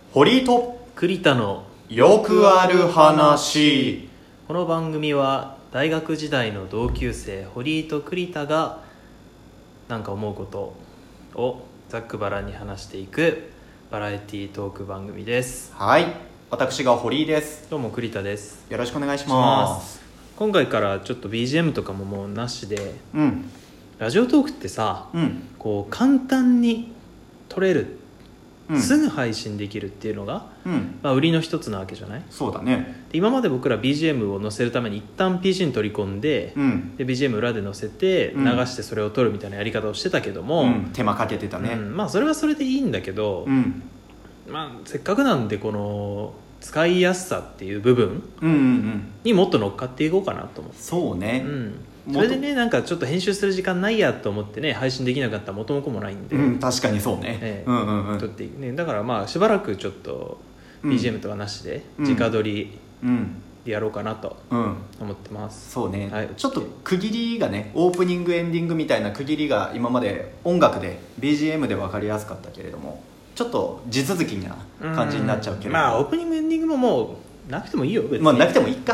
堀井と栗田のよくある話。 この番組は大学時代の同級生堀井と栗田がなんか思うことをざっくばらんに話していくバラエティトーク番組です。 はい、私が堀井です。 どうも栗田です。 よろしくお願いします。 今回からちょっと BGM とかももうなしで、 うんラジオトークってさ、こう簡単に撮れる、すぐ配信できるっていうのが、売りの一つなわけじゃない。 そうだね。 で今まで僕ら BGM を載せるために一旦 PC に取り込んで、で BGM 裏で載せて流してそれを撮るみたいなやり方をしてたけども、 手間かけてたね。 まあそれはそれでいいんだけど、まあ、せっかくなんでこの使いやすさっていう部分にもっと乗っかっていこうかなと思って。 そうね、 それでね、なんかちょっと編集する時間ないやと思ってね配信できなかったら元も子もないんで、 確かにそうね、 撮っていくね。だからまあしばらくちょっと BGM とかなしで直撮りでやろうかなと思ってます。 そうね、ちょっと区切りがね、オープニングエンディングみたいな区切りが今まで音楽で BGM で分かりやすかったけれども、ちょっと地続きな感じになっちゃうけど、 まあオープニングエンディングももうなくてもいいよ別に。 まあなくてもいいか、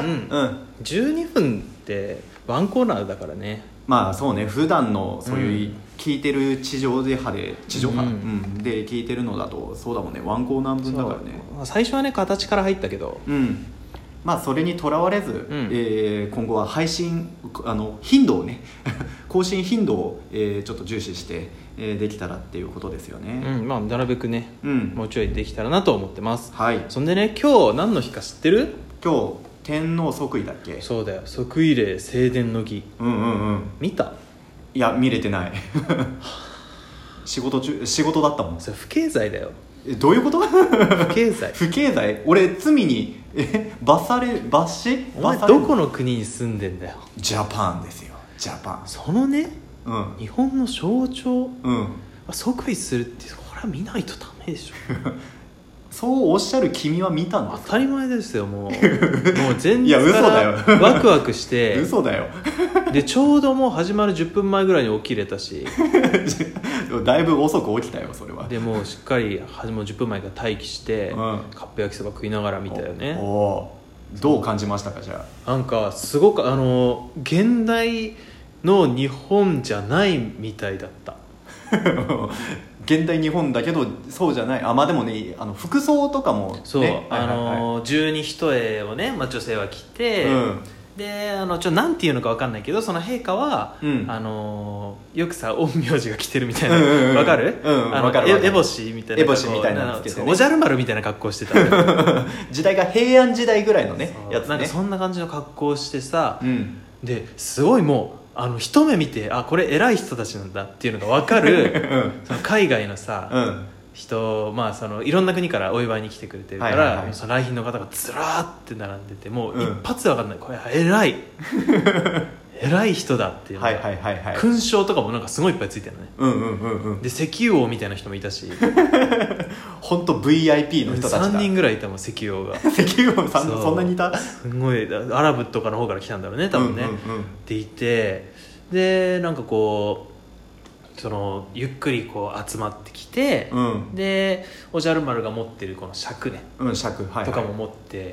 12分ってワンコーナーだからね。 まあそうね、普段のそういう聞いてる地上波で聞いてるのだとそうだもんね、ワンコーナー分だからね。 最初はね形から入ったけど、 まあそれにとらわれず、今後は配信頻度をね更新頻度を、ちょっと重視して、できたらっていうことですよね。 まあなるべくね、もうちょいできたらなと思ってます。そんでね、今日何の日か知ってる？ 今日天皇即位だっけ？ そうだよ、即位礼正殿の儀。見た？ いや見れてない仕事だったもん。 それ不敬罪だよ。 どういうこと？ 不敬罪。 不敬罪？俺罪に罰し？ お前どこの国に住んでんだよ。 ジャパンですよ、ジャパン。 そのね、日本の象徴、即位するってこれは見ないとダメでしょそうおっしゃる君は見たんですか？ 当たり前ですよ。もう前日いや嘘だよワクワクして嘘だよでちょうどもう始まる10分前ぐらいに起きれたしだいぶ遅く起きたよそれは。 でもうしっかりもう10分前から待機して、カップ焼きそば食いながら見たよね。 どう感じましたか？じゃあなんかすごく現代の日本じゃないみたいだった現代日本だけどそうじゃない。まあでもね、服装とかも、ね、 そう十二一重をね、女性は着て、でなんていうのか分かんないけど、その陛下は、よくさ陰陽師が着てるみたいな、分かる？烏帽子みたいな、 のつけてね、 おじゃる丸みたいな格好してた時代が平安時代ぐらいのねやつね。 なんかそんな感じの格好してさ、ですごいもう一目見てこれ偉い人たちなんだっていうのが分かるその海外のさ、人、いろんな国からお祝いに来てくれてるから、その来賓の方がずらーって並んでて、もう一発で分かんない、これ偉い偉い人だっていうのが、勲章とかもなんかすごいいっぱいついてるのね。で石油王みたいな人もいたし本当 VIP の人たちだ。 3人ぐらいいたもん、石油王が石油王そんなにいた？ すごいアラブとかの方から来たんだろうね多分ね、っていて、でなんかこうゆっくりこう集まってきて、でおじゃる丸が持ってるこの尺ね、とかも持って、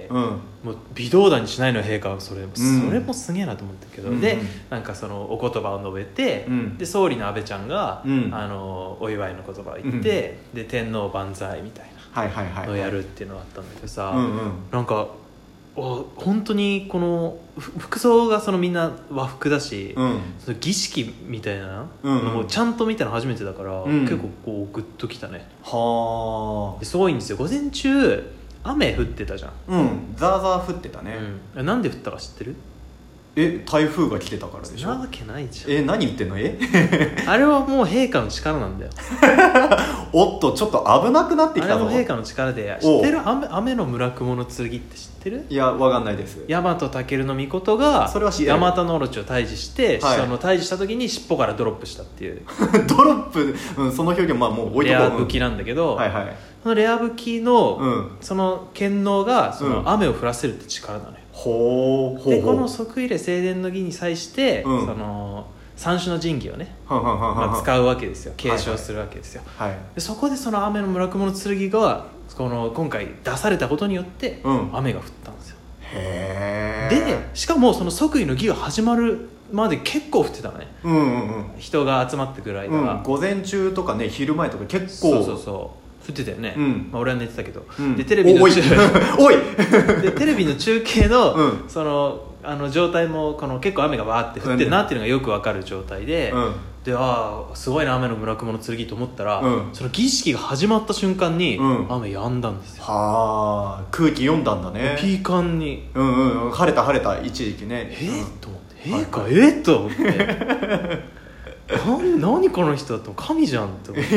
もう微動だにしないの陛下は。それもすげえなと思ったけど、でなんかお言葉を述べて、で総理の安倍ちゃんが、お祝いの言葉を言って、で天皇万歳みたいなのをやるっていうのがあったんだけどさ、なんか本当にこの服装がみんな和服だし、その儀式みたいなのをちゃんと見たの初めてだから、結構こうグッときたね。すごいんですよ。午前中雨降ってたじゃん。 ザーザー降ってたね。 なんで降ったか知ってる？ 台風が来てたからでしょ。 なわけないじゃん。 何言ってんの？ あれはもう陛下の力なんだよおっとちょっと危なくなってきたぞ。 あれも陛下の力で。知ってる？雨の村雲の剣って知ってる？ いやわかんないです。 大和尊の命がヤマタノオロチを退治して、退治した時に尻尾からドロップしたっていうドロップ、その表現もう置いとこう。 レア武器なんだけど、そのレア武器の、その権能が雨を降らせるって力なのよ。でこの即位礼正殿の儀に際して、三種の神器をね、使うわけですよ。継承するわけですよ。でそこでその雨の村雲の剣がこの今回出されたことによって雨が降ったんですよ、 へえ。でしかもその即位の儀が始まるまで結構降ってたのね、人が集まってくる間は、 午前中とかね昼前とか結構降ってたよね、俺は寝てたけど、でテレビのテレビの中継の、その状態もこの結構雨がわーって降ってるなっていうのがよく分かる状態で、ですごいな雨の村雲の剣と思ったら、その儀式が始まった瞬間に、雨止んだんですよ。 はあ、空気読んだんだね。 ピーカンに、 晴れた一時期ね。 と思ってと思って何この人だと神じゃんって思って。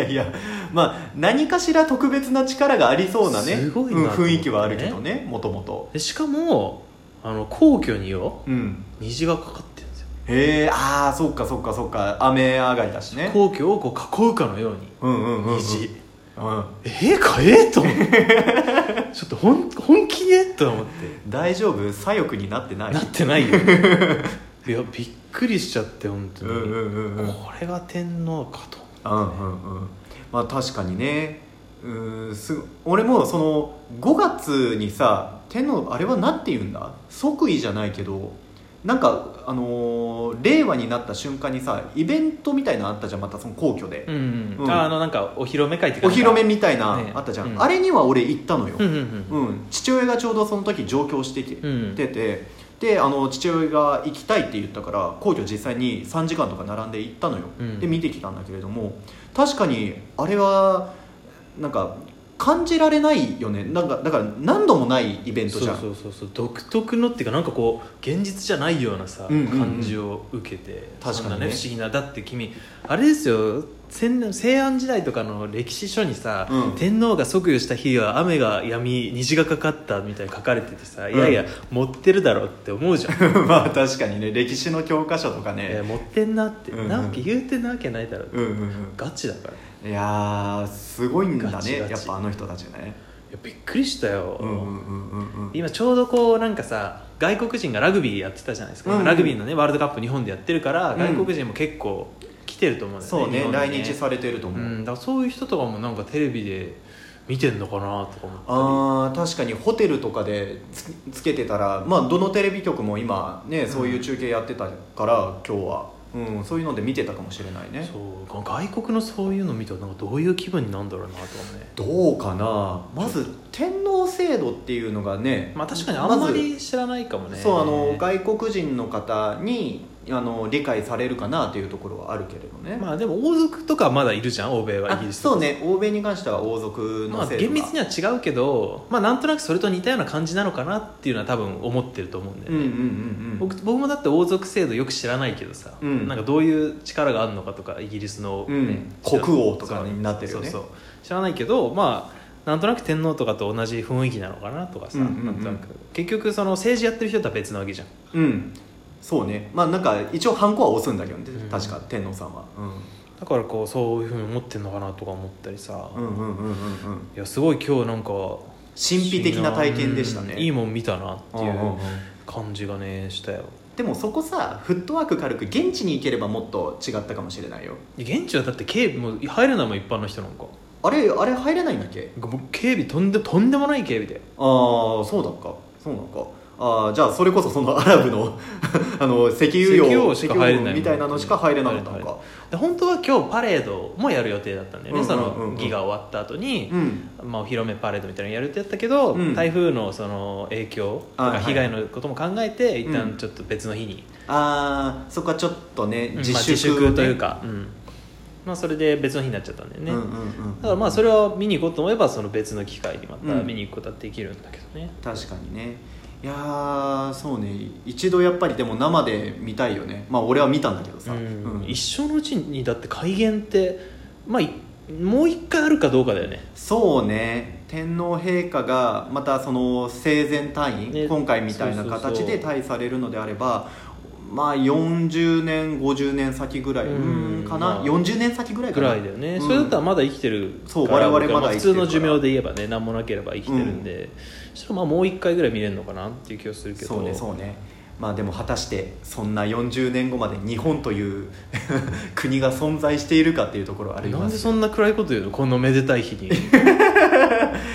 いやまあ何かしら特別な力がありそうなね、 すごいな、 雰囲気はあるけどね、もともと。 しかも皇居に虹がかかってるんですよ。 へえ、そっか雨上がりだしね。 皇居をこう囲うかのように虹、と思ってちょっと本気でと思って。 大丈夫？左翼になってない？ なってないよいやびっくりしちゃって本当に、これが天皇かと。 まあ確かにね。俺もその5月にさ、天皇あれは何て言うんだ、即位じゃないけどなんか令和になった瞬間にさイベントみたいなのあったじゃん、またその皇居で、 なんかお披露目会っていうか、 お披露目みたいな、あったじゃん、あれには俺行ったのよ、父親がちょうどその時上京してきてて、で父親が行きたいって言ったから皇居実際に3時間とか並んで行ったのよ、で見てきたんだけれども、確かにあれはなんか感じられないよね。なんかだから何度もないイベントじゃん。 そう独特のっていうか、なんかこう現実じゃないようなさ、感じを受けて、 確かにね、 不思議な。だって君あれですよ、西安時代とかの歴史書にさ、天皇が即位した日は雨が止み虹がかかったみたいに書かれててさ、いや持ってるだろって思うじゃんまあ確かにね、歴史の教科書とかね、 持ってんなって、なんか言うてんなわけないだろって、ガチだから。 いやすごいんだね、やっぱあの人たちね。 いやびっくりしたよ、今ちょうどこうなんかさ、外国人がラグビーやってたじゃないですか、ラグビーのねワールドカップ日本でやってるから、外国人も結構来てると思うんだよね。 そうね、来日されてると思う、 だからそういう人とかもなんかテレビで見てんのかなとか思ったり。 確かにホテルとかでつけてたら、まあどのテレビ局も今ねそういう中継やってたから今日は、そういうので見てたかもしれないね。 そう外国のそういうの見たらなんかどういう気分になるんだろうなとかね。 どうかな、まず天皇制度っていうのがね、 まあ確かにあんまり知らないかもね。 そう外国人の方に理解されるかなというところはあるけれどね。 まあでも王族とかまだいるじゃん、欧米は。イギリスとかそうね、欧米に関しては王族の制度が、 厳密には違うけど、なんとなくそれと似たような感じなのかなっていうのは多分思ってると思うんだよね。僕もだって王族制度よく知らないけどさ、なんかどういう力があるのかとか、イギリスの、 国王とかになってるよね。 知らないけど、なんとなく天皇とかと同じ雰囲気なのかなとかさ、なんとなく結局その政治やってる人とは別なわけじゃん。 そうね、なんか一応ハンコは押すんだけどね、確か天皇さんは、 だからこうそういうふうに思ってんのかなとか思ったりさ、いやすごい今日なんか神秘的な体験でしたね。 いいもん見たなっていう感じがねしたよ。 でもそこさ、フットワーク軽く現地に行ければもっと違ったかもしれないよ。 現地はだって警備も入れないもん、一般の人なんか。 あれ入れないんだっけ。 警備とんでもない警備で。 そうだか、そうなのか。じゃあそれこそそのアラブの石油王しか入れないみたいなのしか入れなかったのか。 で本当は今日パレードもやる予定だったんだよね、その儀が終わった後に、お披露目パレードみたいなのやる予定だったけど、台風のその影響とか被害のことも考えて、一旦ちょっと別の日に、 そこはちょっとね自粛というか、それで別の日になっちゃったんだよね。だからそれは見に行こうと思えばその別の機会にまた見に行くことはできるんだけどね。 確かにね。いやそうね、一度やっぱりでも生で見たいよね。俺は見たんだけどさ、 一生のうちにだって改元ってもう一回あるかどうかだよね。 そうね、天皇陛下がまたその生前退院、今回みたいな形で退位されるのであれば、40年50年先ぐらいかな、40年先ぐらいかなぐらいだよね、それだったらまだ生きてるから。 そう、我々まだ生きてるから、 普通の寿命で言えばね、何もなければ生きてるんで、そしたらもう一回ぐらい見れるのかなっていう気がするけど。 そうね。でも果たしてそんな40年後まで日本という国が存在しているかっていうところはあります。 なんでそんな暗いこと言うの、このめでたい日に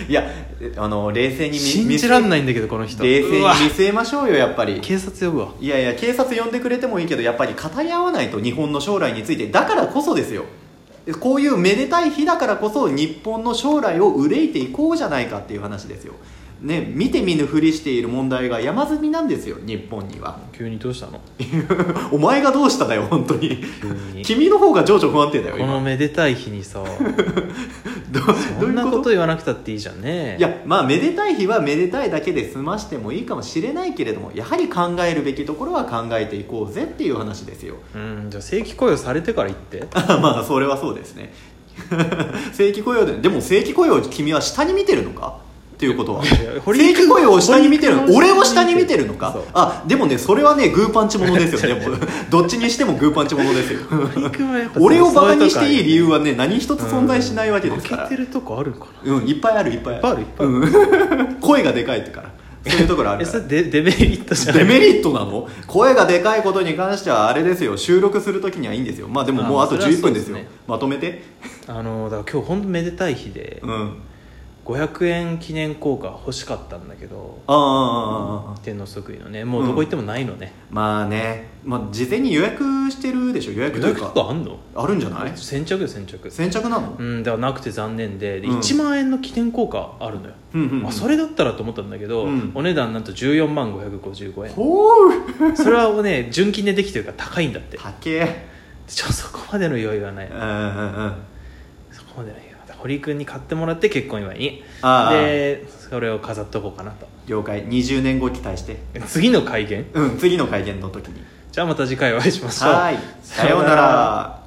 いや冷静に信じらんないんだけどこの人。 冷静に見据えましょうよやっぱり。 警察呼ぶわ。 いやいや警察呼んでくれてもいいけどやっぱり語り合わないと、日本の将来について。だからこそですよ、こういうめでたい日だからこそ日本の将来を憂いていこうじゃないかっていう話ですよね。見て見ぬふりしている問題が山積みなんですよ日本には。 急にどうしたのお前がどうしただよ本当に。 急に君の方が情緒不安定だよこのめでたい日にさそんなこと言わなくたっていいじゃんね。 いやまあめでたい日はめでたいだけで済ましてもいいかもしれないけれども、やはり考えるべきところは考えていこうぜっていう話ですよ。 じゃあ正規雇用されてから言ってまあそれはそうですね正規雇用でも正規雇用を君は下に見てるのかっていうことは、正規雇用を下に見てるの、俺を下に見てるのか。あでもねそれはねグーパンチものですよねもうどっちにしてもグーパンチものですよ俺をバカにしていい理由はね何一つ存在しないわけですから。 負けてるとこあるかな。 いっぱいあるいっぱいある、声がでかいってからそういうところあるから。 それデメリットじゃない。 デメリットなの？声がでかいことに関してはあれですよ、収録するときにはいいんですよ。まあでももうあと11分ですよ。まとめて。 だから今日本当めでたい日で、500円記念硬貨欲しかったんだけど、天皇即位のね、もうどこ行ってもないのね。 まあね、事前に予約してるでしょ。予約というかあんの？あるんじゃない？ 先着なの？だからなくて残念で、1万円の記念硬貨あるのよ。それだったらと思ったんだけど、お値段なんと14万555円。それはね純金でできてるから高いんだって。 高え。 そこまでの余裕はない。そこまでの余裕。堀君に買ってもらって結婚祝いにでそれを飾っとこうかなと。 了解。20年後期待して。 次の改元？ 次の改元の時に。 じゃあまた次回お会いしましょう。 はい、さようなら。